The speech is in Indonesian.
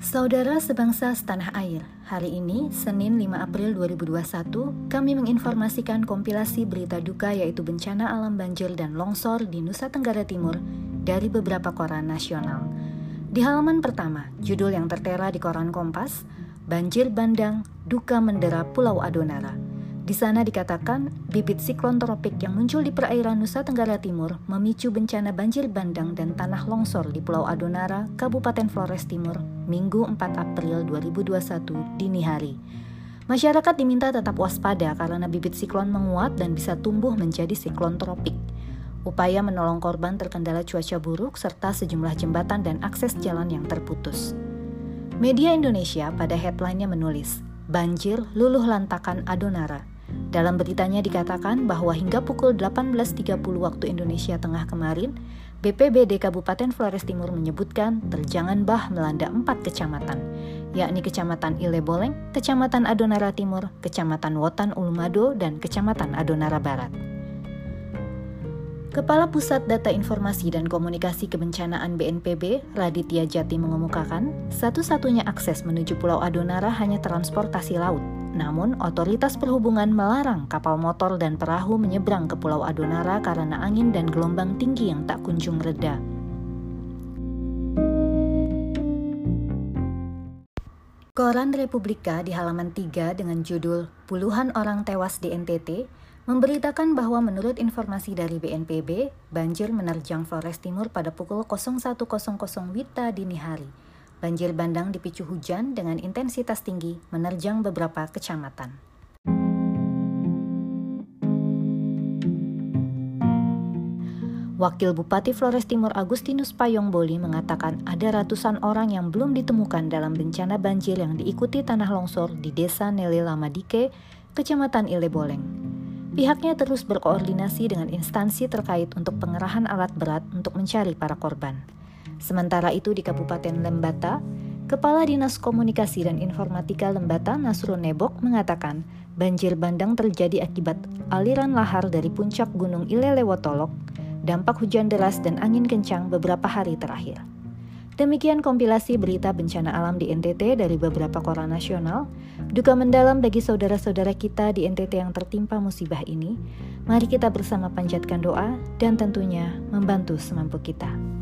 Saudara sebangsa setanah air, hari ini, Senin 5 April 2021, kami menginformasikan kompilasi berita duka yaitu bencana alam banjir dan longsor di Nusa Tenggara Timur dari beberapa koran nasional. Di halaman pertama, judul yang tertera di koran Kompas, Banjir Bandang, Duka Mendera Pulau Adonara. Di sana dikatakan, bibit siklon tropik yang muncul di perairan Nusa Tenggara Timur memicu bencana banjir bandang dan tanah longsor di Pulau Adonara, Kabupaten Flores Timur, Minggu 4 April 2021 dini hari. Masyarakat diminta tetap waspada karena bibit siklon menguat dan bisa tumbuh menjadi siklon tropik. Upaya menolong korban terkendala cuaca buruk serta sejumlah jembatan dan akses jalan yang terputus. Media Indonesia pada headline-nya menulis, Banjir luluh lantakan Adonara. Dalam beritanya dikatakan bahwa hingga pukul 18.30 waktu Indonesia Tengah kemarin, BPBD Kabupaten Flores Timur menyebutkan terjangan bah melanda 4 kecamatan, yakni Kecamatan Ileboleng, Kecamatan Adonara Timur, Kecamatan Wotan Ulumado, dan Kecamatan Adonara Barat. Kepala Pusat Data Informasi dan Komunikasi Kebencanaan BNPB, Raditya Jati mengemukakan, satu-satunya akses menuju Pulau Adonara hanya transportasi laut. Namun, otoritas perhubungan melarang kapal motor dan perahu menyeberang ke Pulau Adonara karena angin dan gelombang tinggi yang tak kunjung reda. Koran Republika di halaman 3 dengan judul Puluhan Orang Tewas di NTT memberitakan bahwa menurut informasi dari BNPB, banjir menerjang Flores Timur pada pukul 01.00 WITA dini hari. Banjir bandang dipicu hujan dengan intensitas tinggi menerjang beberapa kecamatan. Wakil Bupati Flores Timur Agustinus Payongboli mengatakan ada ratusan orang yang belum ditemukan dalam bencana banjir yang diikuti tanah longsor di Desa Nele Lamadike, Kecamatan Ileboleng. Pihaknya terus berkoordinasi dengan instansi terkait untuk pengerahan alat berat untuk mencari para korban. Sementara itu di Kabupaten Lembata, Kepala Dinas Komunikasi dan Informatika Lembata Nasrul Nebok mengatakan banjir bandang terjadi akibat aliran lahar dari puncak Gunung Ilelewotolok, dampak hujan deras dan angin kencang beberapa hari terakhir. Demikian kompilasi berita bencana alam di NTT dari beberapa koran nasional. Duka mendalam bagi saudara-saudara kita di NTT yang tertimpa musibah ini. Mari kita bersama panjatkan doa dan tentunya membantu semampu kita.